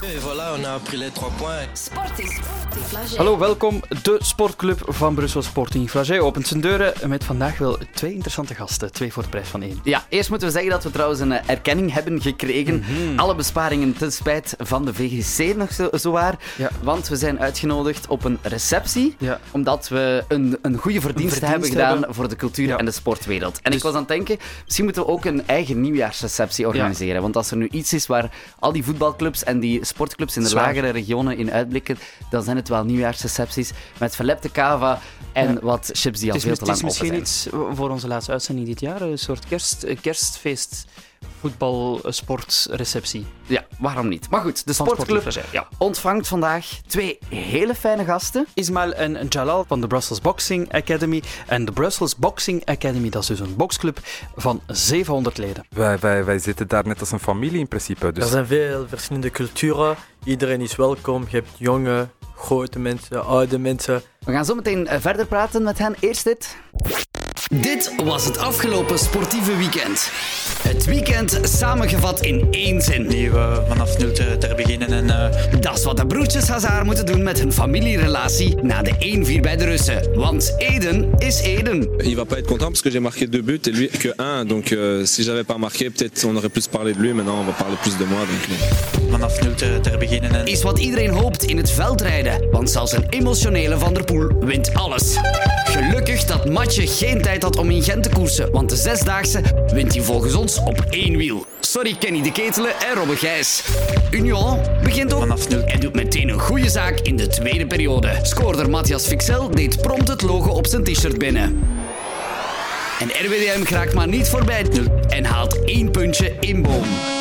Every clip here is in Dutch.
Et voilà, on a pris les 3 points. Sporting Flagey. Hallo, welkom. De sportclub van Brussel, Sporting Flagey, opent zijn deuren met vandaag wel 2 interessante gasten. 2 voor de prijs van 1. Ja, eerst moeten we zeggen dat we trouwens een erkenning hebben gekregen. Alle besparingen ten spijt van de VGC nog zowaar. Ja. Want we zijn uitgenodigd op een receptie. Ja. Omdat we een goede verdienste hebben gedaan voor de cultuur en de sportwereld. En Dus ik was aan het denken, misschien moeten we ook een eigen nieuwjaarsreceptie organiseren. Ja. Want als er nu iets is waar al die voetbalclubs en die sportclubs in de lagere regionen in uitblikken, dan zijn het wel nieuwjaarsrecepties met verlepte cava en wat chips die al veel te lang open zijn. Het is misschien iets voor onze laatste uitzending dit jaar, een soort kerstfeest, voetbal, sportreceptie. Ja, waarom niet? Maar goed, de sportclub ontvangt vandaag 2 hele fijne gasten. Ismail en Jalal van de Brussels Boxing Academy. En de Brussels Boxing Academy, dat is dus een boxclub van 700 leden. Wij zitten daar net als een familie in principe. Dus... Er zijn veel verschillende culturen. Iedereen is welkom. Je hebt jonge, grote mensen, oude mensen. We gaan zo meteen verder praten met hen. Eerst dit. Dit was het afgelopen sportieve weekend. Het weekend samengevat in 1 zin. Die we vanaf nul te beginnen. En, Dat is wat de broertjes Hazard moeten doen met hun familierelatie na de 1-4 bij de Russen. Want Eden is Eden. Il va pas être content parce que j'ai marqué 2 buts et lui que 1. Donc si j'avais pas marqué, peut-être on aurait plus parlé de lui. Maintenant on va parler plus de moi. Donc, vanaf nul te beginnen. En... Is wat iedereen hoopt in het veldrijden. Want zelfs een emotionele Van der Poel wint alles. Gelukkig dat Matje geen tijd had om in Gent te koersen. Want de 6-daagse wint hij volgens ons op 1 wiel. Sorry Kenny de Ketelen en Robbe Gijs. Union begint op vanaf nul en doet meteen een goede zaak in de tweede periode. Scoorder Matthias Fixel deed prompt het logo op zijn t-shirt binnen. En RWDM geraakt maar niet voorbij en haalt 1 puntje in boom.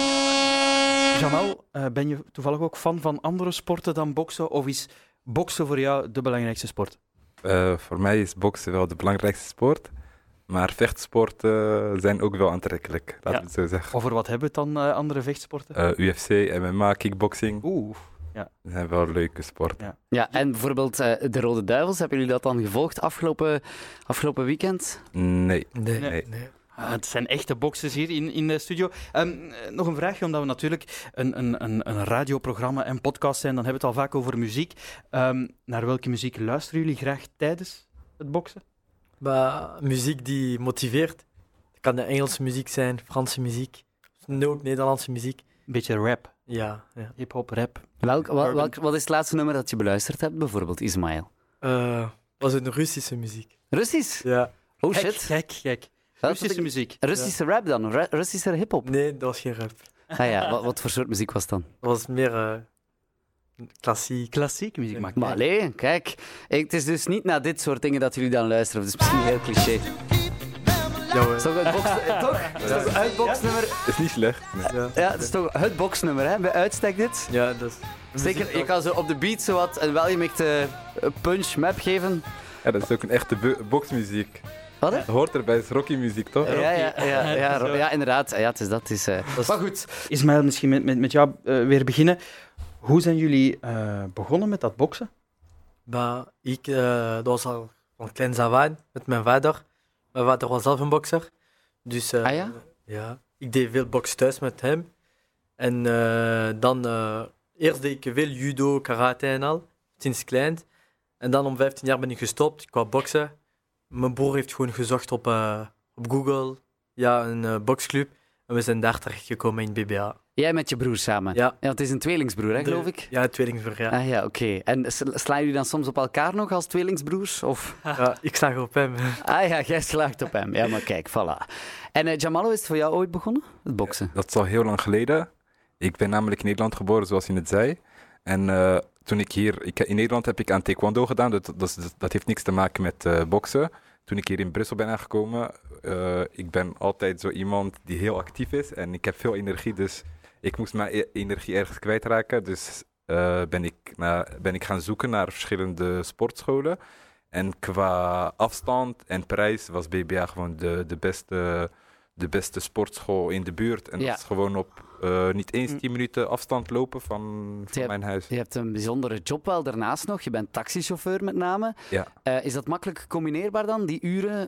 Jamal, ben je toevallig ook fan van andere sporten dan boksen? Of is boksen voor jou de belangrijkste sport? Voor mij is boksen wel de belangrijkste sport. Maar vechtsporten zijn ook wel aantrekkelijk, laten we het zo zeggen. Over wat hebben we het dan, andere vechtsporten? UFC, MMA, kickboxing. Ja. Dat zijn wel leuke sporten. Ja, en bijvoorbeeld de Rode Duivels, hebben jullie dat dan gevolgd afgelopen weekend? Nee. Het zijn echte boxers hier in de studio. Nog een vraagje, omdat we natuurlijk een radioprogramma en podcast zijn. Dan hebben we het al vaak over muziek. Naar welke muziek luisteren jullie graag tijdens het boksen? Muziek die motiveert. Het kan de Engelse muziek zijn, Franse muziek. Nu ook Nederlandse muziek. Een beetje rap. Ja. Hip-hop, rap. Wat is het laatste nummer dat je beluisterd hebt, bijvoorbeeld, Ismail? Was het een Russische muziek? Russisch? Ja. Oh shit. Gek. Russische muziek. Russische rap dan? Russische hip-hop? Nee, dat was geen rap. Ah ja, wat voor soort muziek was het dan? Dat was meer klassiek. Klassiek muziek maken. Maar allee, kijk. Het is dus niet naar dit soort dingen dat jullie dan luisteren. Dat is misschien heel cliché. Ja, Is toch het boxnummer? Is niet slecht. Nee. Ja, het is toch het boxnummer, hè? Bij uitstek dit. Ja, dat is... Zeker, je kan zo op de beat zo wat een welgemikte punch, map geven. Ja, dat is ook een echte boxmuziek. Wat? Dat hoort erbij, het is Rocky-muziek, toch? Ja, inderdaad. Ja, het is dat. Maar goed. Ismail, misschien met jou weer beginnen. Hoe zijn jullie begonnen met dat boksen? Dat was al van kleins af aan met mijn vader. Mijn vader was zelf een bokser. Dus ja, ik deed veel boksen thuis met hem. En dan eerst deed ik veel judo, karate en al, sinds klein. En dan om 15 jaar ben ik gestopt. Ik wou boksen. Mijn broer heeft gewoon gezocht op Google, een boksclub. En we zijn daar terechtgekomen in BBA. Jij met je broer samen? Ja. Het is een tweelingsbroer, hè, geloof ik? Ja, een tweelingsbroer, ja. Ah ja, oké. En slaan jullie dan soms op elkaar nog als tweelingsbroers? Of? Ja, ik slag op hem. Ah ja, jij slaagt op hem. Ja, maar kijk, voilà. En Jamal, is het voor jou ooit begonnen, het boksen? Dat is al heel lang geleden. Ik ben namelijk in Nederland geboren, zoals je net zei. En toen in Nederland heb ik aan taekwondo gedaan. Dat heeft niks te maken met boksen. Toen ik hier in Brussel ben aangekomen, ik ben altijd zo iemand die heel actief is. En ik heb veel energie, dus ik moest mijn energie ergens kwijtraken. Dus ben ik gaan zoeken naar verschillende sportscholen. En qua afstand en prijs was BBA gewoon de beste sportschool in de buurt. En dat is gewoon op niet eens 10 minuten afstand lopen van mijn huis. Je hebt een bijzondere job wel daarnaast nog. Je bent taxichauffeur met name. Ja. Is dat makkelijk combineerbaar dan, die uren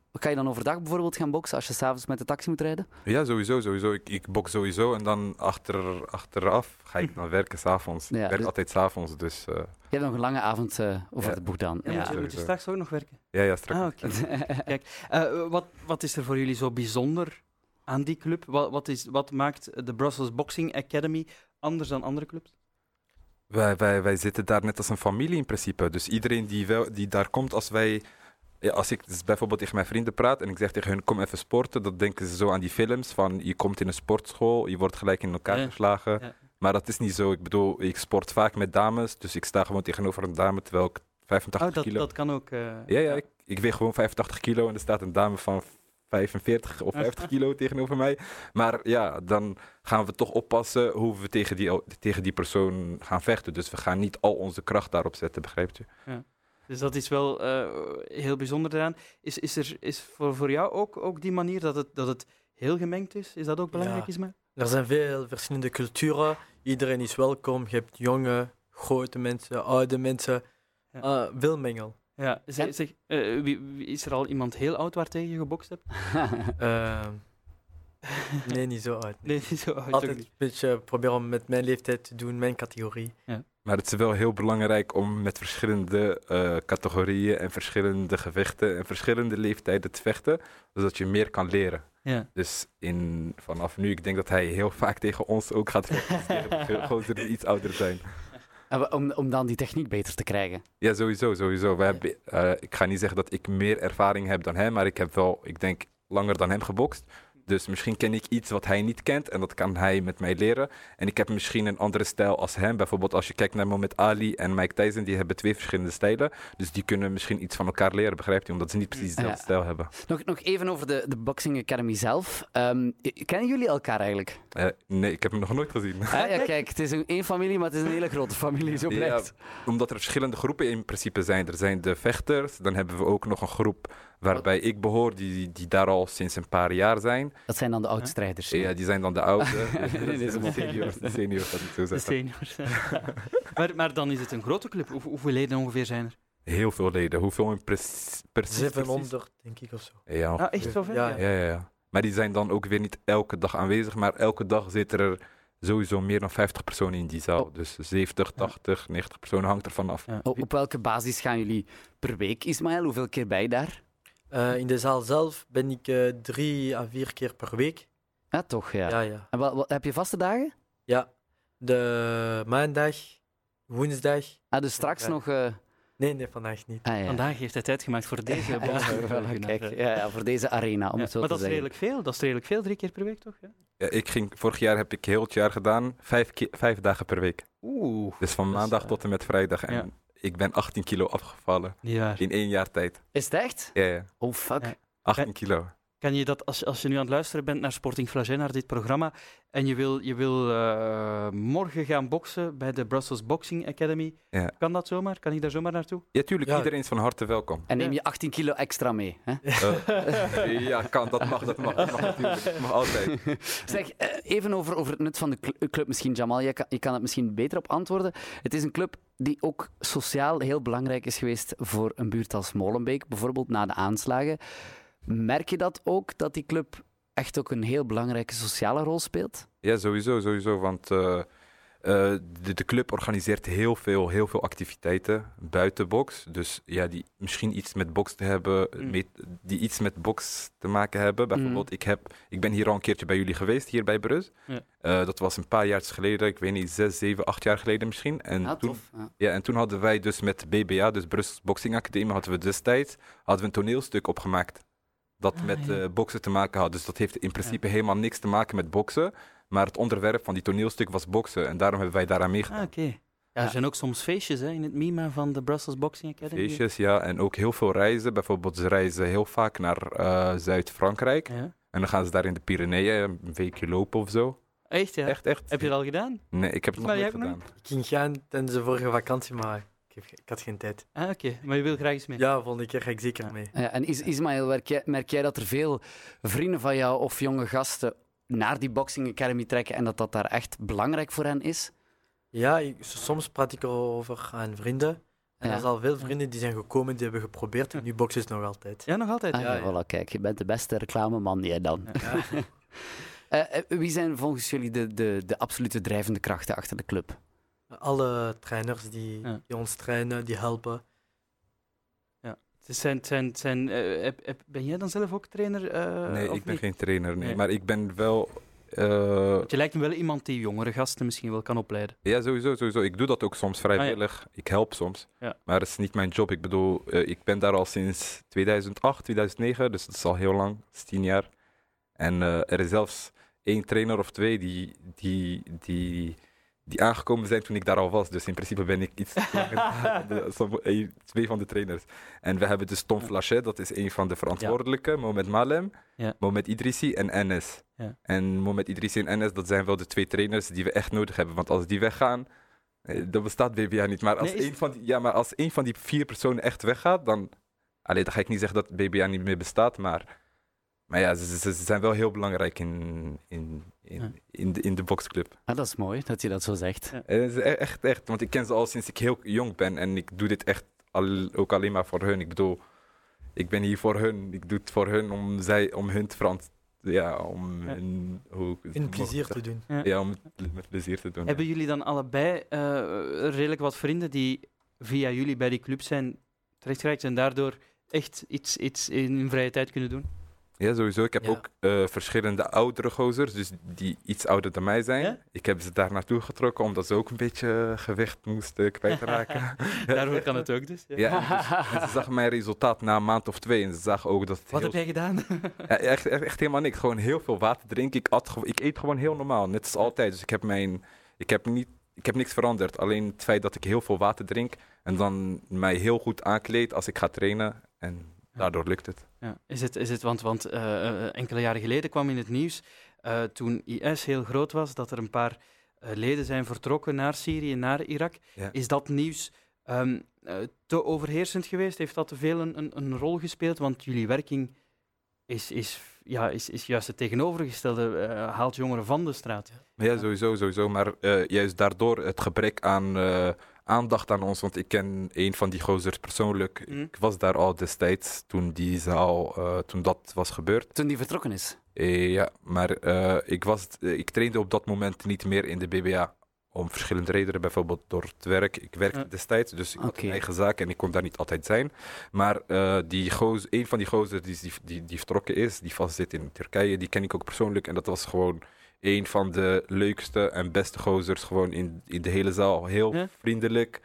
Kan je dan overdag bijvoorbeeld gaan boksen als je s'avonds met de taxi moet rijden? Ja, sowieso. Ik boks sowieso en dan achteraf ga ik dan werken s'avonds. Ja, ik werk altijd s'avonds, dus... Je hebt nog een lange avond over de boeg dan. Ja, moet je straks ook nog werken? Ja, straks. Kijk, wat is er voor jullie zo bijzonder aan die club? Wat maakt de Brussels Boxing Academy anders dan andere clubs? Wij zitten daar net als een familie in principe. Dus iedereen die daar komt als wij... Ja, als ik dus bijvoorbeeld tegen mijn vrienden praat en ik zeg tegen hun, kom even sporten, dan denken ze zo aan die films van je komt in een sportschool, je wordt gelijk in elkaar geslagen. Ja. Maar dat is niet zo. Ik bedoel, ik sport vaak met dames, dus ik sta gewoon tegenover een dame terwijl ik 85 kilo... Dat kan ook... Ik weeg gewoon 85 kilo en er staat een dame van 45 of 50 kilo tegenover mij. Maar ja, dan gaan we toch oppassen hoe we tegen die persoon gaan vechten. Dus we gaan niet al onze kracht daarop zetten, begrijp je? Ja. Dus dat is wel heel bijzonder eraan. Is voor jou ook die manier dat het heel gemengd is? Is dat ook belangrijk, Ismaël? Er zijn veel verschillende culturen. Iedereen is welkom. Je hebt jonge, grote mensen, oude mensen. Veel mengel. Ja. Is er al iemand heel oud waar tegen je gebokst hebt? Nee, niet zo oud. Nee, niet zo oud. Altijd een beetje proberen om met mijn leeftijd te doen, mijn categorie. Ja. Maar het is wel heel belangrijk om met verschillende categorieën en verschillende gewichten en verschillende leeftijden te vechten, zodat je meer kan leren. Ja. Dus vanaf nu, ik denk dat hij heel vaak tegen ons ook gaat vechten, tegen gozer die iets ouder zijn. Om dan die techniek beter te krijgen? Ja, sowieso. Ik ga niet zeggen dat ik meer ervaring heb dan hem, maar ik heb wel, ik denk, langer dan hem gebokst. Dus misschien ken ik iets wat hij niet kent en dat kan hij met mij leren. En ik heb misschien een andere stijl als hem. Bijvoorbeeld als je kijkt naar Muhammad Ali en Mike Tyson, die hebben 2 verschillende stijlen. Dus die kunnen misschien iets van elkaar leren, begrijpt je? Omdat ze niet precies dezelfde stijl hebben. Nog even over de Boxing Academy zelf. Kennen jullie elkaar eigenlijk? Nee, ik heb hem nog nooit gezien. Ja, kijk, het is één familie, maar het is een hele grote familie, zo blijkt. Ja, omdat er verschillende groepen in principe zijn. Er zijn de vechters, dan hebben we ook nog een groep waarbij ik behoor, die daar al sinds een paar jaar zijn. Dat zijn dan de oudstrijders. Ja, die zijn dan de oude. De seniors, dat ik zo zeggen. De seniors. maar dan is het een grote club. Hoeveel leden ongeveer zijn er? Heel veel leden. Hoeveel in precies? 700, denk ik, of zo. Ja, echt zoveel? Ja. Maar die zijn dan ook weer niet elke dag aanwezig, maar elke dag zitten er sowieso meer dan 50 personen in die zaal. Dus 70, 80, 90 personen hangt ervan af. Ja. Op welke basis gaan jullie per week, Ismaël? Hoeveel keer ben je daar? In de zaal zelf ben ik 3 à 4 keer per week. Ja, toch, ja. Ja. En wat heb je vaste dagen? Ja, de maandag, woensdag. Dus straks nog... Nee, vandaag niet. Vandaag heeft hij tijd gemaakt voor deze voor deze arena, om het zo te zeggen. Maar dat is redelijk veel. Dat is redelijk veel, 3 keer per week, toch? Ja? Vorig jaar heb ik heel het jaar gedaan, 5 dagen per week. Dus van maandag tot en met vrijdag. En ik ben 18 kilo afgevallen in 1 jaar tijd. Is het echt? Ja. Oh, fuck. 18 kilo. Kan je dat, als je nu aan het luisteren bent naar Sporting Flagey, naar dit programma, en je wil morgen gaan boksen bij de Brussels Boxing Academy, kan dat zomaar? Kan ik daar zomaar naartoe? Ja, tuurlijk. Iedereen is van harte welkom. En neem je 18 kilo extra mee, hè? Ja, kan. Dat mag natuurlijk. Dat mag altijd. Zeg, even over het nut van de club misschien, Jamal. Je kan het misschien beter op antwoorden. Het is een club die ook sociaal heel belangrijk is geweest voor een buurt als Molenbeek, bijvoorbeeld na de aanslagen. Merk je dat ook, dat die club echt ook een heel belangrijke sociale rol speelt? Ja, sowieso. Want de club organiseert heel veel activiteiten buiten box. Dus ja, die misschien iets met box te hebben, die iets met box te maken hebben. Bijvoorbeeld, ik ben hier al een keertje bij jullie geweest, hier bij Brus. Ja. Dat was een paar jaar geleden, ik weet niet, 6, 7, 8 jaar geleden misschien. En en toen hadden wij dus met BBA, dus Brussels Boxing Academy, hadden we destijds een toneelstuk opgemaakt. Dat met boksen te maken had. Dus dat heeft in principe helemaal niks te maken met boksen. Maar het onderwerp van die toneelstuk was boksen. En daarom hebben wij daaraan meegedaan. Oké. Ja, er zijn ook soms feestjes in het MIMA van de Brussels Boxing Academy. Feestjes, ja. En ook heel veel reizen. Bijvoorbeeld, ze reizen heel vaak naar Zuid-Frankrijk. Ja. En dan gaan ze daar in de Pyreneeën een weekje lopen of zo. Echt, ja? Echt. Heb je dat al gedaan? Nee, ik heb het nog nooit gedaan. Ik ging gaan tijdens de vorige vakantie, maar ik had geen tijd. Oké. Maar je wil graag eens mee? Ja, volgende keer ga ik zeker mee. Ja, en Ismaël, merk jij dat er veel vrienden van jou of jonge gasten naar die Boxing Academy trekken en dat daar echt belangrijk voor hen is? Ja, soms praat ik erover aan vrienden. En er zijn al veel vrienden die zijn gekomen, die hebben geprobeerd en nu boksen ze nog altijd. Ja, nog altijd. Voilà, kijk, je bent de beste reclameman jij dan. Wie zijn volgens jullie de absolute drijvende krachten achter de club? Alle trainers die ons trainen, die helpen. Ben jij dan zelf ook trainer? Nee, ik ben niet? geen trainer, nee. Maar ik ben wel... Je lijkt me wel iemand die jongere gasten misschien wel kan opleiden. Ja, sowieso. Ik doe dat ook soms vrijwillig. Ik help soms. Ja. Maar het is niet mijn job. Ik bedoel, ik ben daar al sinds 2008, 2009. Dus dat is al heel lang. Dat is 10 jaar. En er is zelfs 1 trainer of 2 die aangekomen zijn toen ik daar al was. Dus in principe ben ik iets langer dan 2 van de trainers. En we hebben dus Tom Flachet, dat is een van de verantwoordelijken. Mohamed Malem, Mohamed Idrissi en Enes. Ja. En Mohamed Idrissi en Enes, dat zijn wel de 2 trainers die we echt nodig hebben. Want als die weggaan, dan bestaat BBA niet. Maar als een van die 4 personen echt weggaat, dan ga ik niet zeggen dat BBA niet meer bestaat, maar ja, ze zijn wel heel belangrijk in de boxclub. Dat is mooi dat je dat zo zegt. Ja. Het is echt, want ik ken ze al sinds ik heel jong ben en ik doe dit echt ook alleen maar voor hun. Ik bedoel, ik ben hier voor hun. Ik doe het voor hun om hun te verantwoorden. Ja, om in plezier te doen. Ja, om het met plezier te doen. Hebben jullie dan allebei redelijk wat vrienden die via jullie bij die club zijn terechtgeraakt en daardoor echt iets in hun vrije tijd kunnen doen? Ja, sowieso. Ik heb ook verschillende oudere gozers, dus die iets ouder dan mij zijn. Ja? Ik heb ze daar naartoe getrokken, omdat ze ook een beetje gewicht moesten kwijtraken. Daarvoor kan het ook dus. En ze zagen mijn resultaat na een maand of 2 en ze zagen ook dat... Wat heb jij gedaan? Echt helemaal niks. Gewoon heel veel water drinken. Ik eet gewoon heel normaal, net als altijd. Dus ik heb niks veranderd. Alleen het feit dat ik heel veel water drink en dan mij heel goed aankleed als ik ga trainen en... Daardoor lukt het. Ja. Is het want enkele jaren geleden kwam in het nieuws, toen IS heel groot was, dat er een paar leden zijn vertrokken naar Syrië, naar Irak. Ja. Is dat nieuws te overheersend geweest? Heeft dat te veel een rol gespeeld? Want jullie werking is juist het tegenovergestelde, haalt jongeren van de straat. Ja, sowieso. Maar juist daardoor het gebrek aan... aandacht aan ons, want ik ken een van die gozers persoonlijk. Ik was daar al destijds toen dat was gebeurd. Toen die vertrokken is? Ja, maar ik trainde op dat moment niet meer in de BBA. Om verschillende redenen, bijvoorbeeld door het werk. Ik werkte destijds, dus ik had een eigen zaak en ik kon daar niet altijd zijn. Maar een van die gozers die vertrokken is, die vastzit in Turkije, die ken ik ook persoonlijk. En dat was gewoon... een van de leukste en beste gozers gewoon in de hele zaal. Heel vriendelijk.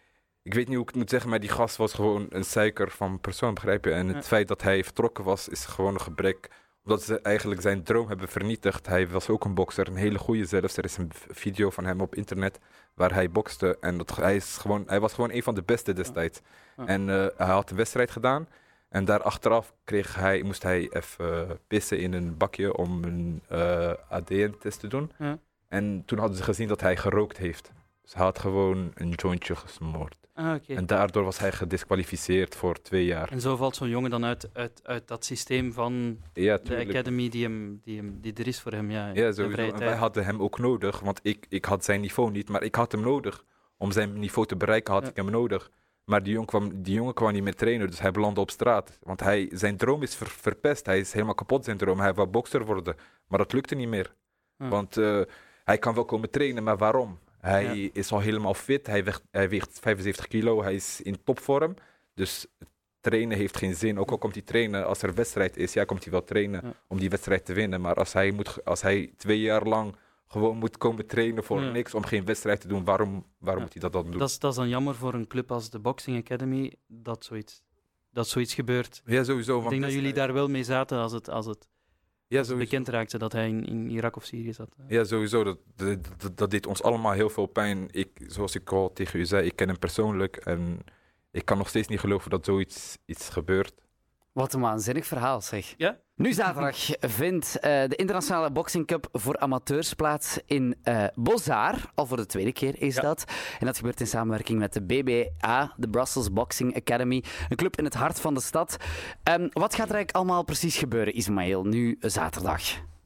Ik weet niet hoe ik het moet zeggen, maar die gast was gewoon een suiker van persoon, begrijp je? En het feit dat hij vertrokken was, is gewoon een gebrek. Omdat ze eigenlijk zijn droom hebben vernietigd. Hij was ook een bokser, een hele goede zelfs. Er is een video van hem op internet waar hij bokste. En hij was gewoon een van de beste destijds. En hij had een wedstrijd gedaan. En daar achteraf moest hij even pissen in een bakje om een ADN-test te doen. Ja. En toen hadden ze gezien dat hij gerookt heeft. Dus hij had gewoon een jointje gesmoord. En daardoor was hij gedisqualificeerd voor 2 jaar. En zo valt zo'n jongen dan uit dat systeem van de academy die er is voor hem. Ja, sowieso. En wij hadden hem ook nodig, want ik had zijn niveau niet, maar ik had hem nodig. Om zijn niveau te bereiken had ik hem nodig. Maar die jongen kwam niet meer trainen, dus hij belandde op straat. Want zijn droom is verpest. Hij is helemaal kapot, zijn droom. Hij wou bokser worden, maar dat lukte niet meer. Want hij kan wel komen trainen, maar waarom? Hij is al helemaal fit, hij weegt 75 kilo, hij is in topvorm. Dus trainen heeft geen zin. Ook al komt hij trainen, als er een wedstrijd is, komt hij wel trainen om die wedstrijd te winnen. Maar als hij 2 jaar lang... gewoon moet komen trainen voor niks, om geen wedstrijd te doen. Waarom moet hij dat dan doen? Dat is dan jammer voor een club als de Boxing Academy, dat zoiets gebeurt. Ja, sowieso. Ik denk dat jullie daar wel mee zaten als het bekend raakte dat hij in Irak of Syrië zat. Ja, sowieso. Dat deed ons allemaal heel veel pijn. Zoals ik al tegen u zei, ik ken hem persoonlijk. En ik kan nog steeds niet geloven dat zoiets gebeurt. Wat een waanzinnig verhaal, zeg. Ja? Nu zaterdag vindt de Internationale Boxing Cup voor amateurs plaats in Bozar. Al voor de 2e keer is dat. En dat gebeurt in samenwerking met de BBA, de Brussels Boxing Academy. Een club in het hart van de stad. Wat gaat er eigenlijk allemaal precies gebeuren, Ismaël, nu zaterdag?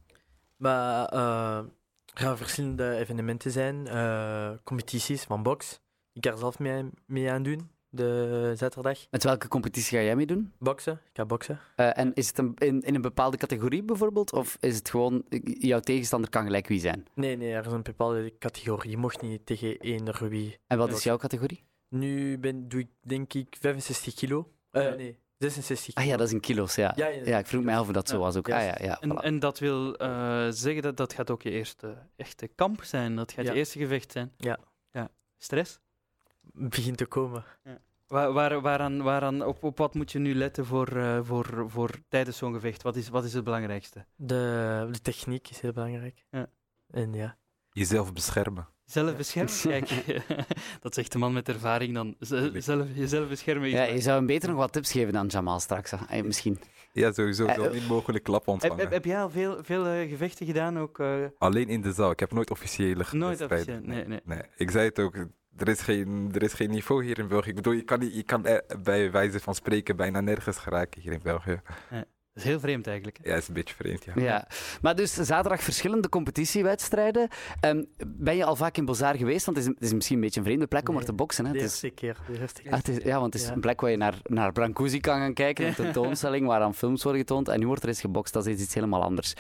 Maar er gaan verschillende evenementen zijn. Competities van box. Ik ga er zelf mee aan doen. de zaterdag. Met welke competitie ga jij meedoen? Boksen. Ik ga boksen. En is het in een bepaalde categorie bijvoorbeeld? Of is het gewoon, jouw tegenstander kan gelijk wie zijn? Nee, er is een bepaalde categorie. Je mocht niet tegen eender wie. En wat is jouw categorie? Nu doe ik denk ik 65 kilo. Nee, 66 kilo. Ah ja, dat is in kilo's, ja. Ja, ik vroeg me af of dat zo was ook. Ja. Voilà. En dat wil zeggen dat gaat ook je eerste echte kamp zijn. Dat gaat je eerste gevecht zijn. Ja. Stress? Begint te komen. Ja. Waaraan, op wat moet je nu letten voor tijdens zo'n gevecht? Wat is het belangrijkste? De techniek is heel belangrijk. Ja. En ja. Jezelf beschermen. Zelfbescherming? Kijk, dat zegt de man met ervaring dan. Jezelf beschermen. Ja, je zou hem beter nog wat tips geven dan Jamal straks. Misschien. Ja, sowieso. Zo niet mogelijk klap ontvangen. Heb jij al veel gevechten gedaan? Ook, Alleen in de zaal. Ik heb nooit officiële wedstrijden. Nee. Ik zei het ook. Er is geen niveau hier in België. Ik bedoel, je kan bij wijze van spreken bijna nergens geraken hier in België. Dat is heel vreemd eigenlijk. Ja, het is een beetje vreemd, ja. Ja. Maar dus zaterdag verschillende competitiewedstrijden. Ben je al vaak in Bozar geweest? Want het is misschien een beetje een vreemde plek om er te boksen. Hè? De eerste keer. Ja, want het is een plek waar je naar Brancusi kan gaan kijken, een tentoonstelling waar dan films worden getoond. En nu wordt er eens gebokst, dat is iets helemaal anders.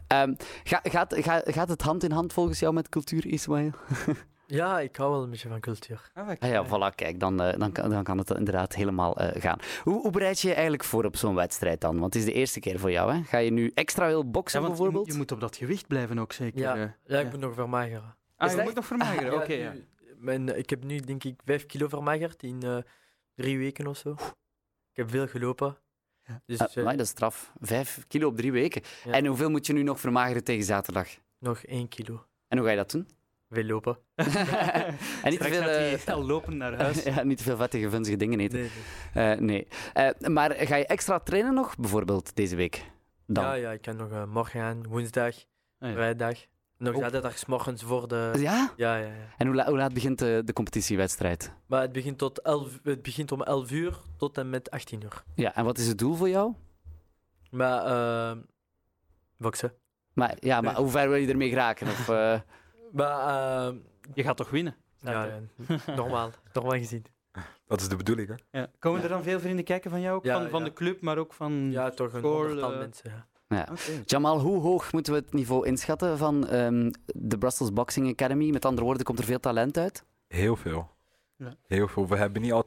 Gaat het hand in hand volgens jou met cultuur, Ismaël? Ja, ik hou wel een beetje van cultuur. Voilà, kijk, dan kan het inderdaad helemaal gaan. Hoe bereid je je eigenlijk voor op zo'n wedstrijd dan? Want het is de eerste keer voor jou, hè? Ga je nu extra veel boksen bijvoorbeeld? Je moet op dat gewicht blijven ook zeker. Ja, ik moet nog vermageren. Je moet nog vermageren? Oké. Ik heb nu denk ik 5 kilo vermagerd in 3 weken of zo. Ik heb veel gelopen. Dus, dat is straf. 5 kilo op 3 weken. Ja. En hoeveel moet je nu nog vermageren tegen zaterdag? Nog 1 kilo. En hoe ga je dat doen? Veel lopen. En niet te veel lopen naar huis. Ja, niet te veel vettige, vunzige dingen eten. Nee. Maar ga je extra trainen nog, bijvoorbeeld, deze week? Dan? Ja, ik kan nog morgen aan, woensdag, vrijdag. Nog zaterdag 's morgens voor de... Ja? Ja. En hoe laat begint de competitiewedstrijd? Maar het begint om 11 uur tot en met 18 uur. Ja, en wat is het doel voor jou? Maar, boksen. Maar hoe ver wil je ermee geraken? Of, je gaat toch winnen? Ja, normaal gezien. Dat is de bedoeling, hè? Ja. Komen er dan veel vrienden kijken van jou? Ook van de club, maar ook van... Ja, toch een honderdtal mensen, ja. Ja. Okay. Jamal, hoe hoog moeten we het niveau inschatten van de Brussels Boxing Academy? Met andere woorden, komt er veel talent uit? Heel veel. Ja. Heel veel. We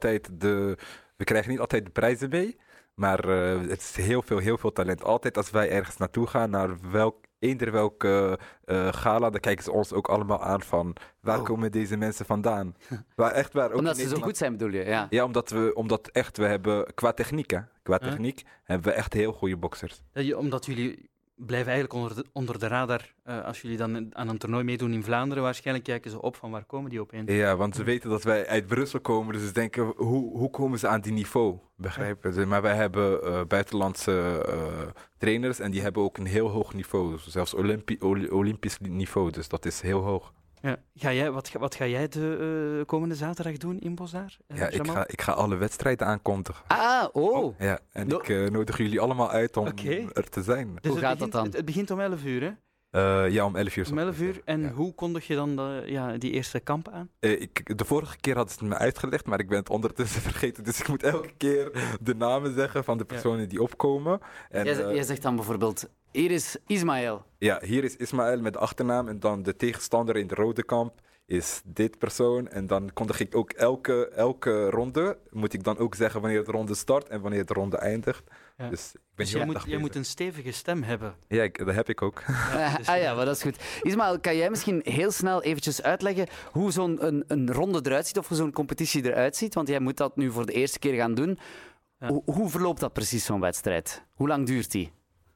krijgen niet altijd de prijzen mee, maar het is heel veel talent. Altijd als wij ergens naartoe gaan, naar eender welke gala, dan kijken ze ons ook allemaal aan van waar komen deze mensen vandaan? Omdat ze zo goed zijn, bedoel je? Ja, ja, omdat echt, we hebben qua techniek, hebben we echt heel goede boxers. Omdat jullie blijven eigenlijk onder de radar, als jullie dan aan een toernooi meedoen in Vlaanderen, waarschijnlijk kijken ze op van waar komen die opeens? Ja, want ze weten dat wij uit Brussel komen, dus ze denken, hoe komen ze aan die niveau? Begrijpen ze? Maar wij hebben buitenlandse trainers en die hebben ook een heel hoog niveau, zelfs Olympisch niveau, dus dat is heel hoog. Ja. Wat ga jij de komende zaterdag doen in Bozar? Ja, ik ga alle wedstrijden aankondigen. Ja, en ik nodig jullie allemaal uit om er te zijn. Dus hoe gaat dat dan? Het begint om 11 uur, hè? Ja, om 11 uur. Om 11 uur. En hoe kondig je dan die eerste kamp aan? De vorige keer hadden ze het me uitgelegd, maar ik ben het ondertussen vergeten. Dus ik moet elke keer de namen zeggen van de personen die opkomen. En, jij zegt dan bijvoorbeeld, hier is Ismaël. Ja, hier is Ismaël met de achternaam. En dan de tegenstander in de rode kamp is dit persoon. En dan kondig ik ook elke ronde, moet ik dan ook zeggen wanneer de ronde start en wanneer de ronde eindigt. Ja. Dus jij moet een stevige stem hebben. Ja, dat heb ik ook. Maar dat is goed. Ismaël, kan jij misschien heel snel eventjes uitleggen hoe zo'n een ronde eruit ziet of hoe zo'n competitie eruit ziet? Want jij moet dat nu voor de eerste keer gaan doen. Ja. Hoe verloopt dat precies, zo'n wedstrijd? Hoe lang duurt die?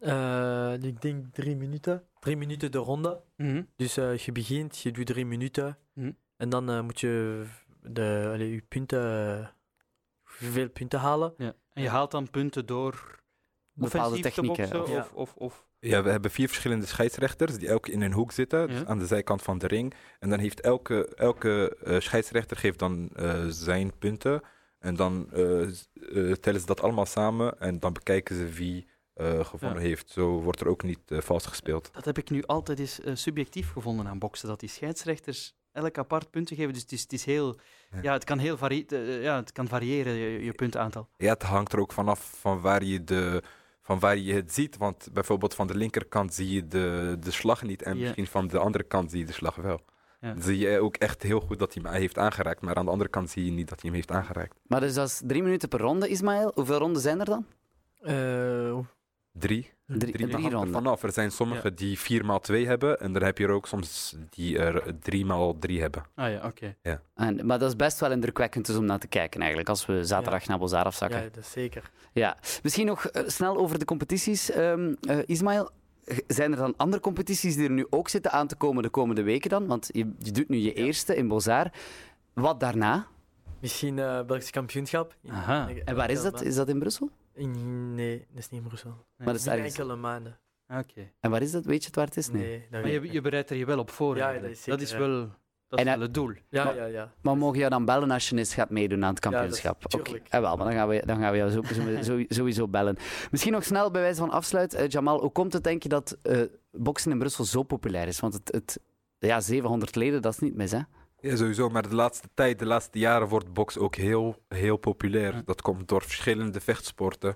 Ik denk 3 minuten. 3 minuten de ronde. Mm-hmm. Dus je begint, je doet 3 minuten. Mm-hmm. En dan moet je je punten, veel punten halen. Ja. En je haalt dan punten door bepaalde technieken. Ja, we hebben 4 verschillende scheidsrechters die elk in een hoek zitten, dus aan de zijkant van de ring. En dan heeft elke scheidsrechter geeft dan zijn punten. En dan tellen ze dat allemaal samen en dan bekijken ze wie gewonnen heeft. Zo wordt er ook niet vals gespeeld. Dat heb ik nu altijd eens subjectief gevonden aan boksen, dat die scheidsrechters elk apart punten geven. Dus het is heel... Ja, het kan heel het kan variëren, je puntenaantal. Ja, het hangt er ook vanaf van waar je het ziet. Want bijvoorbeeld van de linkerkant zie je de slag niet. En misschien van de andere kant zie je de slag wel. Ja. Dan zie je ook echt heel goed dat hij hem heeft aangeraakt. Maar aan de andere kant zie je niet dat hij hem heeft aangeraakt. Maar dus dat is 3 minuten per ronde, Ismaël. Hoeveel ronden zijn er dan? 3. Drie ronden. Vanaf. Er zijn sommigen die 4x2 hebben. En dan heb je er ook soms die er 3x3 hebben. Ah ja, oké. Ja. Maar dat is best wel indrukwekkend dus om naar te kijken eigenlijk. Als we zaterdag naar Bozar afzakken. Ja, dat is zeker. Ja. Misschien nog snel over de competities. Ismaël, zijn er dan andere competities die er nu ook zitten aan te komen de komende weken dan? Want je doet nu je eerste in Bozar. Wat daarna? Misschien Belgisch kampioenschap. Aha. En waar is dat? Is dat in Brussel? Nee, dat is niet in Brussel. Maar dat is ergens... enkele maanden. Oké. En waar is dat? Weet je het waar het is? Nee. Maar je bereidt er je wel op voor. Ja, eigenlijk. dat is zeker, dat is wel het doel. Ja. Maar mogen jou dan bellen als je eens gaat meedoen aan het kampioenschap? Ja, tuurlijk. Okay. Wel, maar dan gaan we jou sowieso bellen. Misschien nog snel bij wijze van afsluit. Jamal, hoe komt het denk je dat boksen in Brussel zo populair is? Want het 700 leden, dat is niet mis, hè? Ja, sowieso. Maar de laatste jaren wordt boks ook heel, heel populair. Ja. Dat komt door verschillende vechtsporten.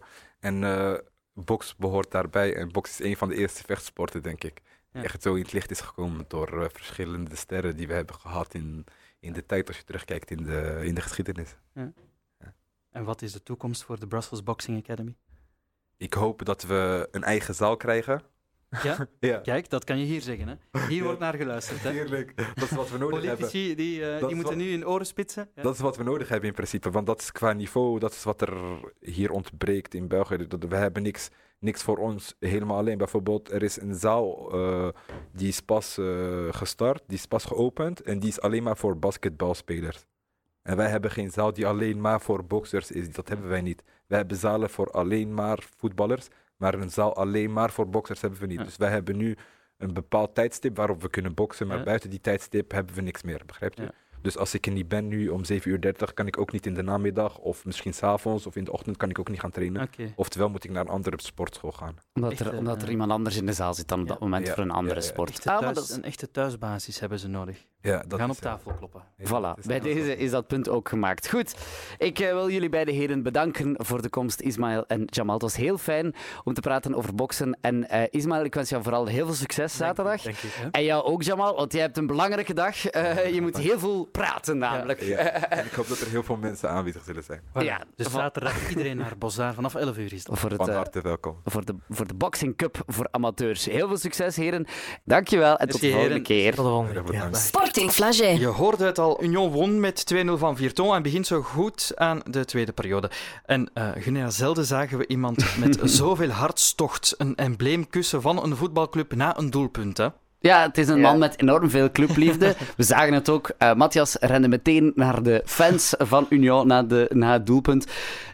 En boks behoort daarbij. En boks is een van de eerste vechtsporten, denk ik. Die echt zo in het licht is gekomen door verschillende sterren die we hebben gehad in de tijd, als je terugkijkt in de geschiedenis. Ja. Ja. En wat is de toekomst voor de Brussels Boxing Academy? Ik hoop dat we een eigen zaal krijgen. Ja? Ja. Kijk, dat kan je hier zeggen. Hè? Hier wordt naar geluisterd. Hè? Heerlijk. Dat is wat we nodig hebben. Politici die moeten nu in oren spitsen. Ja? Dat is wat we nodig hebben in principe. Want dat is qua niveau, dat is wat er hier ontbreekt in België. We hebben niks voor ons helemaal alleen. Bijvoorbeeld, er is een zaal die is pas gestart, die is pas geopend. En die is alleen maar voor basketbalspelers. En wij hebben geen zaal die alleen maar voor boxers is. Dat hebben wij niet. Wij hebben zalen voor alleen maar voetballers. Maar een zaal alleen maar voor boxers hebben we niet. Ja. Dus wij hebben nu een bepaald tijdstip waarop we kunnen boksen. Maar buiten die tijdstip hebben we niks meer. Begrijpt u? Ja. Dus als ik er niet ben nu om 7:30, kan ik ook niet in de namiddag. Of misschien 's avonds of in de ochtend kan ik ook niet gaan trainen. Okay. Oftewel moet ik naar een andere sportschool gaan. Omdat er iemand anders in de zaal zit dan op dat moment voor een andere sport. Een echte thuisbasis hebben ze nodig. Ja, we gaan op tafel kloppen. Voilà, bij deze is dat punt ook gemaakt. Goed, ik wil jullie beide heren bedanken voor de komst, Ismaël en Jamal. Het was heel fijn om te praten over boksen. En Ismaël, ik wens jou vooral heel veel succes zaterdag. Denk ik, hè? En jou ook, Jamal, want jij hebt een belangrijke dag. Je moet heel veel praten, namelijk. Ja. En ik hoop dat er heel veel mensen aanwezig zullen zijn. Voilà. Ja, dus zaterdag iedereen naar Bozar vanaf 11 uur is dat. Van harte welkom. Voor de Boxing Cup voor amateurs. Heel veel succes, heren. Dankjewel en tot de volgende keer. Tot de volgende keer. Sporting Flagey. Je hoorde het al, Union won met 2-0 van Virton en begint zo goed aan de tweede periode. En zelden zagen we iemand met zoveel hartstocht een embleem kussen van een voetbalclub na een doelpunt, hè? Ja, het is een man met enorm veel clubliefde. We zagen het ook. Matthias rende meteen naar de fans van Union na het doelpunt.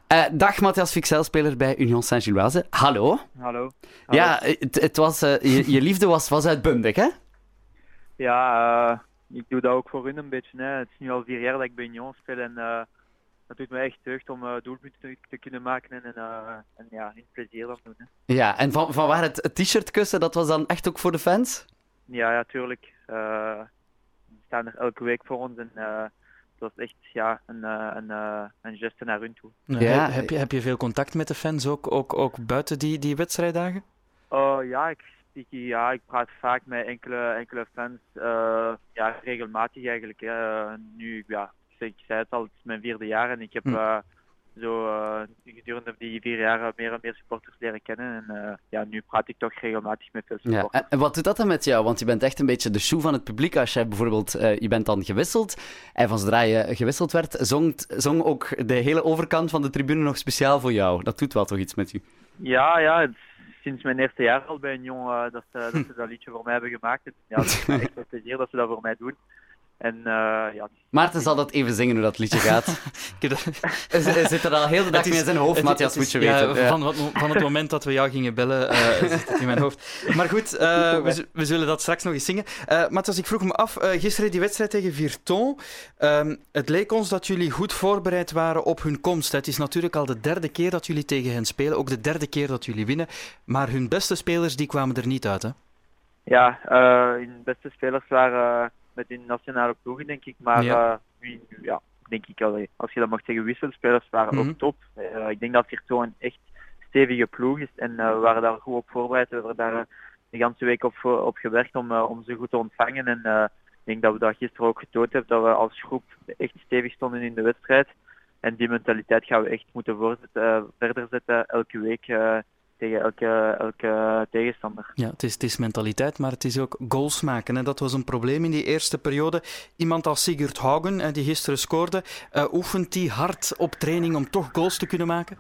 Dag Matthias Fixel, speler bij Union Saint-Gilloise. Hallo. Hallo. Ja, het was, je liefde was uitbundig, hè? Ja, ik doe dat ook voor hun een beetje. Hè. Het is nu al 4 jaar dat ik bij Union speel en dat doet me echt deugd om doelpunten te kunnen maken en in plezier dat doen. Hè. Ja, en van waar het t-shirt kussen, dat was dan echt ook voor de fans? Ja, tuurlijk. Ze staan er elke week voor ons en dat is echt een geste naar hun toe. Ja. Heb je veel contact met de fans, ook buiten die wedstrijddagen? Ik praat vaak met enkele fans, regelmatig eigenlijk. Nu, ik zei het al, het is mijn 4e jaar en ik heb gedurende die 4 jaar meer en meer supporters leren kennen. En nu praat ik toch regelmatig met veel supporters. Ja, en wat doet dat dan met jou? Want je bent echt een beetje de shoe van het publiek. Als jij bijvoorbeeld, je bent dan gewisseld en van zodra je gewisseld werd, zong ook de hele overkant van de tribune nog speciaal voor jou. Dat doet wel toch iets met u? Ja, het sinds mijn eerste jaar al bij Union dat ze dat liedje voor mij hebben gemaakt. En, het is echt een plezier dat ze dat voor mij doen. En, Maarten zal dat even zingen hoe dat liedje gaat. Hij zit er al heel de dag mee in zijn hoofd, Matthias, moet je weten. Van het moment dat we jou gingen bellen, zit het in mijn hoofd. Maar goed, we zullen dat straks nog eens zingen. Matthias, ik vroeg me af, gisteren die wedstrijd tegen Virton. Het leek ons dat jullie goed voorbereid waren op hun komst. Het is natuurlijk al de 3e keer dat jullie tegen hen spelen, ook de 3e keer dat jullie winnen. Maar hun beste spelers die kwamen er niet uit, hè? Ja, hun beste spelers waren met hun nationale ploegen, denk ik. Maar nu, denk ik wel, als je dat mag zeggen, wisselspelers waren ook top. Ik denk dat Virto een echt stevige ploeg is en we waren daar goed op voorbereid. We hebben daar de hele week op gewerkt om ze goed te ontvangen. En ik denk dat we dat gisteren ook getoond hebben, dat we als groep echt stevig stonden in de wedstrijd. En die mentaliteit gaan we echt moeten verder zetten elke week tegen elke tegenstander. Ja, het is mentaliteit, maar het is ook goals maken. En dat was een probleem in die eerste periode. Iemand als Sigurd Haugen, die gisteren scoorde, oefent die hard op training om toch goals te kunnen maken?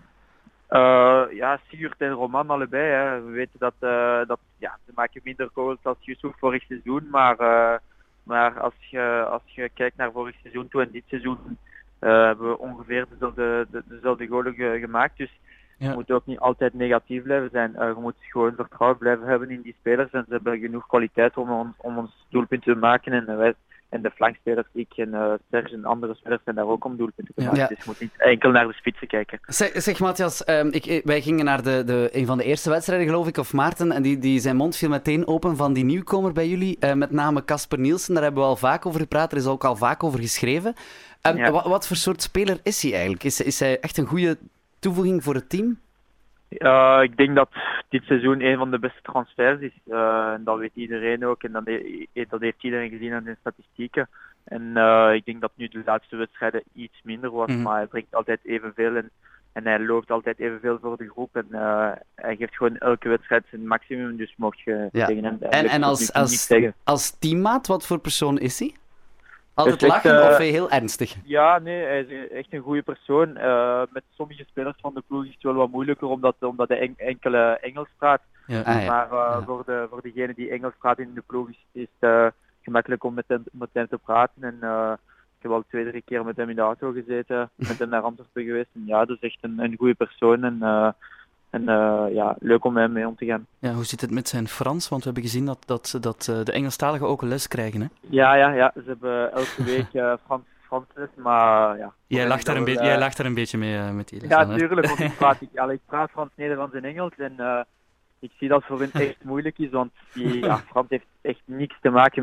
Sigurd en Roman allebei. Hè. We weten dat ze maken minder goals als Yusuf vorig seizoen. Maar als je kijkt naar vorig seizoen toe en dit seizoen, hebben we ongeveer dezelfde goalen gemaakt. Dus je moet ook niet altijd negatief blijven zijn. Je moet gewoon vertrouwen blijven hebben in die spelers. En ze hebben genoeg kwaliteit om ons doelpunt te maken. En de flankspelers, ik en Serge en andere spelers zijn daar ook om doelpunten te maken. Ja. Dus je moet niet enkel naar de spitsen kijken. Zeg Matthias, wij gingen naar een van de eerste wedstrijden, geloof ik, of Maarten. En die zijn mond viel meteen open van die nieuwkomer bij jullie. Met name Casper Nielsen, daar hebben we al vaak over gepraat. Er is ook al vaak over geschreven. Wat voor soort speler is hij eigenlijk? Is hij echt een goede toevoeging voor het team? Ik denk dat dit seizoen een van de beste transfers is. En dat weet iedereen ook. En dat heeft iedereen gezien aan de statistieken. En ik denk dat nu de laatste wedstrijden iets minder was. Maar hij brengt altijd evenveel. En hij loopt altijd evenveel voor de groep. En hij geeft gewoon elke wedstrijd zijn maximum. Dus mocht je tegen hem en als teammaat, wat voor persoon is hij? Altijd lachen of heel ernstig? Ja, nee, hij is echt een goede persoon. Met sommige spelers van de ploeg is het wel wat moeilijker, omdat hij enkele Engels praat. Ja. Voor degene die Engels praat in de ploeg is het gemakkelijk om met hem te praten. En ik heb al 2-3 keer met hem in de auto gezeten, met hem naar Antwerpen geweest. En ja, dat is echt een goede persoon. En leuk om hem mee om te gaan. Ja, hoe zit het met zijn Frans? Want we hebben gezien dat de Engelstaligen ook les krijgen, hè? Ja. Ze hebben elke week Frans les, maar ja. Jij lacht daar een beetje mee met die les. Ja, natuurlijk, want ik praat Frans, Nederlands en Engels. En ik zie dat voor hen echt moeilijk is, want Frans heeft echt niks te maken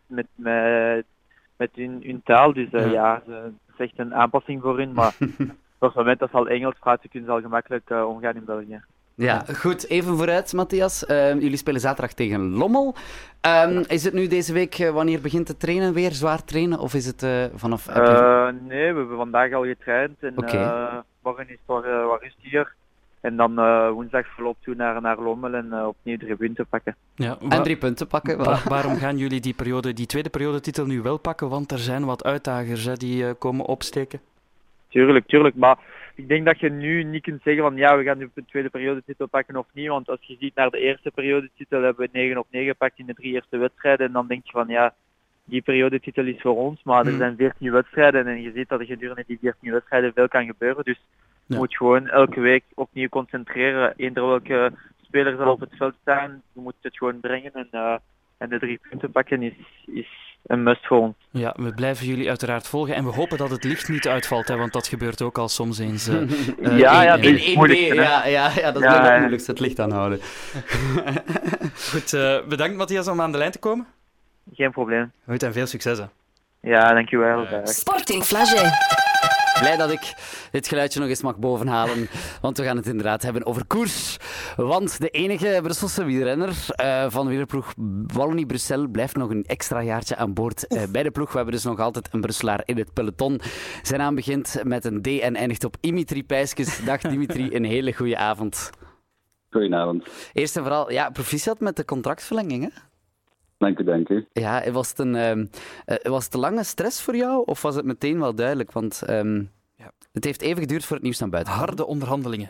met hun taal. Dus het is echt een aanpassing voor hen, maar... Op het moment dat ze al Engels praten, kunnen ze al gemakkelijk omgaan in België. Ja, goed. Even vooruit, Matthias. Jullie spelen zaterdag tegen Lommel. Is het nu deze week, wanneer begint het trainen weer? Zwaar trainen? Of is het vanaf... Nee, we hebben vandaag al getraind. En morgen is het wat rustiger. En dan woensdag volop toe naar Lommel en opnieuw 3 punten pakken. Ja, en 3 punten pakken. Waarom gaan jullie die tweede periodetitel nu wel pakken? Want er zijn wat uitdagers die komen opsteken. Tuurlijk, maar ik denk dat je nu niet kunt zeggen van we gaan nu een tweede periodetitel pakken of niet, want als je ziet naar de eerste periodetitel hebben we 9 op 9 gepakt in de 3 eerste wedstrijden en dan denk je van die periodetitel is voor ons, maar er zijn 14 wedstrijden en je ziet dat er gedurende die 14 wedstrijden veel kan gebeuren, dus je moet gewoon elke week opnieuw concentreren, eender welke speler zal op het veld staan, je moet het gewoon brengen en de 3 punten pakken is een must voor ons. Ja, we blijven jullie uiteraard volgen en we hopen dat het licht niet uitvalt, hè, want dat gebeurt ook al soms eens. Dat is het moeilijkste. Dat is het moeilijkste, het licht aanhouden. Goed, bedankt Matthias om aan de lijn te komen. Geen probleem. Goed en veel succes. Hè. Ja, dankjewel. Sporting Flagey. Blij dat ik dit geluidje nog eens mag bovenhalen, want we gaan het inderdaad hebben over koers. Want de enige Brusselse wielrenner van wielerploeg Wallonie-Bruxelles blijft nog een extra jaartje aan boord bij de ploeg. We hebben dus nog altijd een Brusselaar in het peloton. Zijn naam begint met een D en eindigt op Dimitri Pijskes. Dag Dimitri, een hele goede avond. Goedenavond. Eerst en vooral, proficiat met de contractverlenging, hè? Dank u. Ja, was het een lange stress voor jou of was het meteen wel duidelijk? Want het heeft even geduurd voor het nieuws naar buiten. Harde onderhandelingen.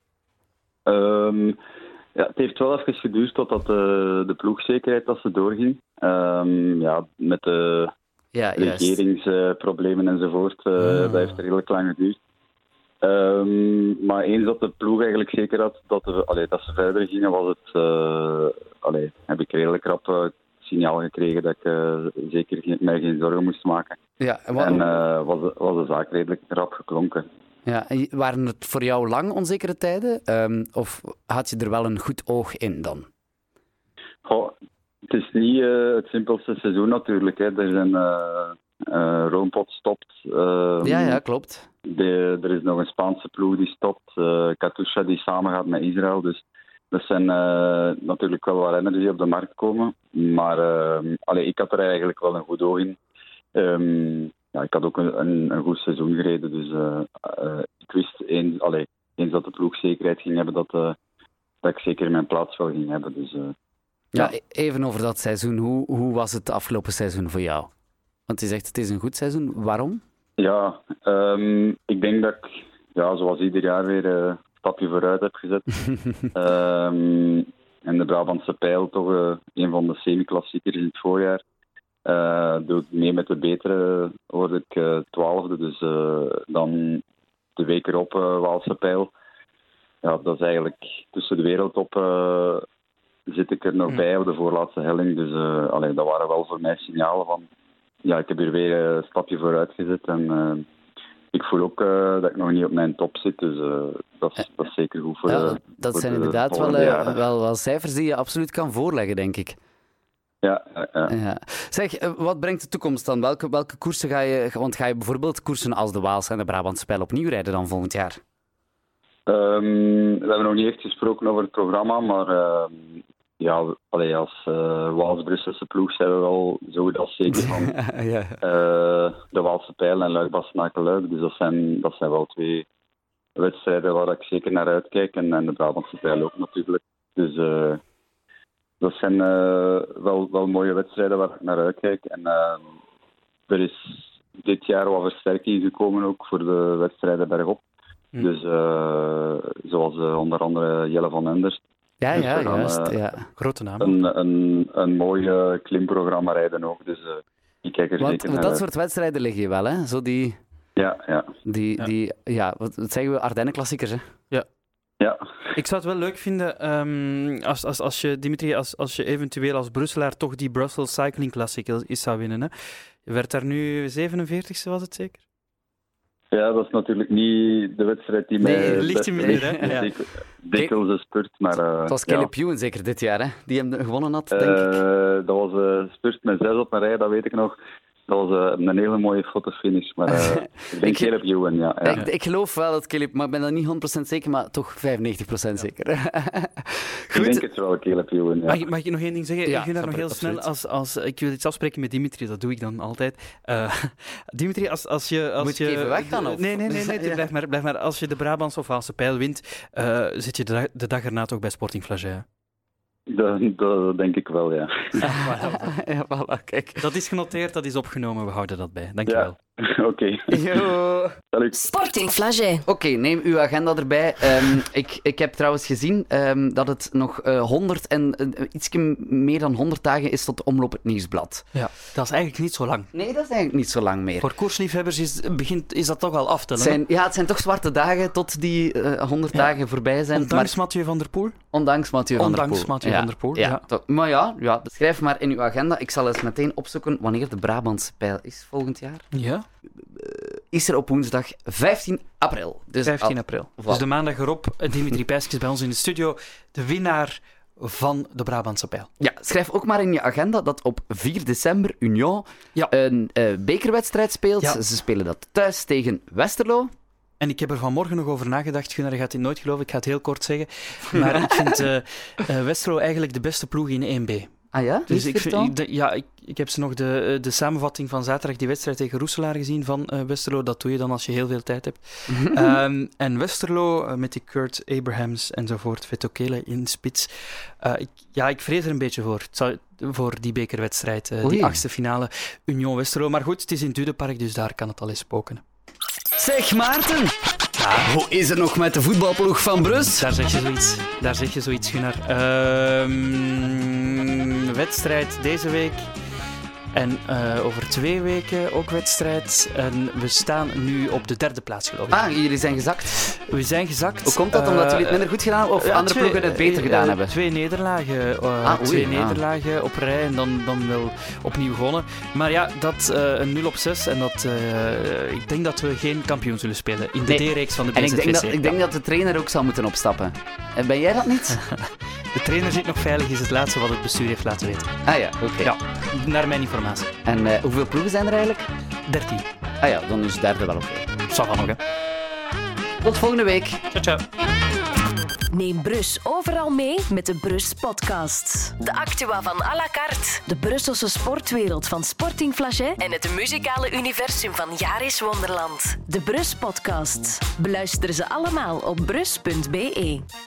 Het heeft wel even geduurd totdat de ploegzekerheid dat ze doorging. Met de regeringsproblemen enzovoort. Dat heeft redelijk lang geduurd. Maar eens dat de ploeg eigenlijk zeker had dat ze verder gingen, was het, heb ik redelijk rap signaal gekregen dat ik zeker mij geen zorgen moest maken. Ja, en was de zaak redelijk rap geklonken. Ja, en waren het voor jou lang onzekere tijden? Of had je er wel een goed oog in dan? Het is niet het simpelste seizoen natuurlijk. Hè. Er zijn Roompot stopt. Ja, klopt. Er is nog een Spaanse ploeg die stopt. Katusha die samen gaat met Israël. Dus dat zijn natuurlijk wel wat renners die op de markt komen. Maar ik had er eigenlijk wel een goed oog in. Ik had ook een goed seizoen gereden. Dus ik wist eens dat de ploeg zekerheid ging hebben dat ik zeker mijn plaats wel ging hebben. Dus, even over dat seizoen. Hoe was het afgelopen seizoen voor jou? Want je zegt het is een goed seizoen. Waarom? Ja, ik denk dat ik, zoals ieder jaar weer een stapje vooruit heb gezet. En de Brabantse Pijl, toch een van de semi-klassiekers in het voorjaar. Doe ik mee met de betere, word ik 12e. Dus dan de week erop Waalse Pijl. Ja, dat is eigenlijk tussen de wereldtop zit ik er nog bij op de voorlaatste helling. Dus dat waren wel voor mij signalen van... Ja, ik heb hier weer een stapje vooruit gezet. En ik voel ook dat ik nog niet op mijn top zit. Dus dat is zeker goed voor dat voor zijn de inderdaad wel cijfers die je absoluut kan voorleggen, denk ik. Ja. Zeg, wat brengt de toekomst dan? Welke koersen ga je... Want ga je bijvoorbeeld koersen als de Waalse en de Brabantse Pijl opnieuw rijden dan volgend jaar? We hebben nog niet echt gesproken over het programma, maar als Waals-Brusselse ploeg zijn we wel zo goed als zeker van de Waalse Pijl en Luik-Bastenaken-Luik. Dus dat zijn wel twee wedstrijden waar ik zeker naar uitkijk en de Brabantse Pijl ook natuurlijk. Dus dat zijn wel mooie wedstrijden waar ik naar uitkijk. En er is dit jaar wat versterking gekomen ook voor de wedstrijden bergop. Dus zoals onder andere Jelle van Enders. Ja, dus juist. Grote naam. Een mooi klimprogramma rijden ook. Dus ik kijk er zeker naar dat uit. soort wedstrijden liggen je wel, hè? Zo die... Ja. Wat zeggen we? Ardennen-klassiekers, hè? Ja. Ik zou het wel leuk vinden als je, Dimitri, als je eventueel als Brusselaar toch die Brussels Cycling Classic is zou winnen. Hè? Je werd daar nu 47e, was het zeker? Ja, dat is natuurlijk niet de wedstrijd die mij... ligt je minder, hè? Ja. Dikwijls een spurt, maar... het was Caleb Ewan zeker dit jaar, hè? Die hem gewonnen had, denk ik. Dat was een spurt met 6 op een rij, dat weet ik nog. Dat was een hele mooie fotofinish, maar ik denk Caleb Ewan, ja. Ik geloof wel dat Caleb, maar ik ben dat niet 100% zeker, maar toch 95% zeker. Goed. Ik denk het wel, Caleb Ewan, ja. Mag ik nog één ding zeggen? Ja, ik vind dat nog heel snel, als ik wil iets afspreken met Dimitri, dat doe ik dan altijd. Dimitri, als je... Moet je even weg dan? Of? Nee, blijf maar. Als je de Brabantse of Waalse Pijl wint, zit je de dag erna toch bij Sporting Flagey. Dat denk ik wel, ja. Voilà, kijk. Dat is genoteerd, dat is opgenomen, we houden dat bij. Dankjewel. Ja, oké. Salut. Sporting Flagey. Oké, neem uw agenda erbij. Ik heb trouwens gezien dat het nog 100 en iets meer dan 100 dagen is tot omloop het Nieuwsblad. Ja, dat is eigenlijk niet zo lang. Nee, dat is eigenlijk niet zo lang meer. Voor koersliefhebbers is dat toch al aftellen. Het zijn toch zwarte dagen tot die 100 dagen voorbij zijn. Ondanks Mathieu van der Poel? Ondanks Mathieu van der Poel. Ja. Maar ja, schrijf maar in uw agenda. Ik zal eens meteen opzoeken wanneer de Brabantse Pijl is volgend jaar. Ja. Is er op woensdag 15 april. Dus 15 april. Dus de maandag erop, Dimitri Pijskes bij ons in de studio, de winnaar van de Brabantse Pijl. Ja, schrijf ook maar in je agenda dat op 4 december Union een bekerwedstrijd speelt. Ja. Ze spelen dat thuis tegen Westerlo. En ik heb er vanmorgen nog over nagedacht. Gunnar, je gaat dit nooit geloven, ik ga het heel kort zeggen. Maar ik vind Westerlo eigenlijk de beste ploeg in 1B. Ah ja? Dus ik heb ze nog de samenvatting van zaterdag, die wedstrijd tegen Roeselaar gezien van Westerlo. Dat doe je dan als je heel veel tijd hebt. En Westerlo met die Kurt Abrahams enzovoort, Vetokele in spits. Ik vrees er een beetje voor die bekerwedstrijd. Die 8e finale Union Westerlo. Maar goed, het is in het Dudepark, dus daar kan het al eens spoken. Zeg Maarten, hoe is het nog met de voetbalploeg van Brus? Daar zeg je zoiets, Gunnar. Wedstrijd deze week. En over 2 weken ook wedstrijd. En we staan nu op de 3e plaats, geloof ik. Ah, jullie zijn gezakt? We zijn gezakt. Hoe komt dat? Omdat jullie het minder goed gedaan hebben? Of andere ploegen het beter gedaan hebben? 2 nederlagen. Nederlagen op rij en dan wel opnieuw gewonnen. Maar ja, dat een 0 op 6. En ik denk dat we geen kampioen zullen spelen in de D-reeks van de BZVC. En ik denk dat de trainer ook zal moeten opstappen. En ben jij dat niet? De trainer zit nog veilig, is het laatste wat het bestuur heeft laten weten. Ah ja, oké. Ja, naar mijn informatie. En hoeveel ploegen zijn er eigenlijk? 13. Ah ja, dan is derde wel oké. Zal wel nog, hè. Tot volgende week. Ciao, ciao. Neem Brus overal mee met de Brus Podcast. De actua van à la carte, de Brusselse sportwereld van Sporting Flagey en het muzikale universum van Jaris Wonderland. De Brus Podcast. Beluister ze allemaal op brus.be.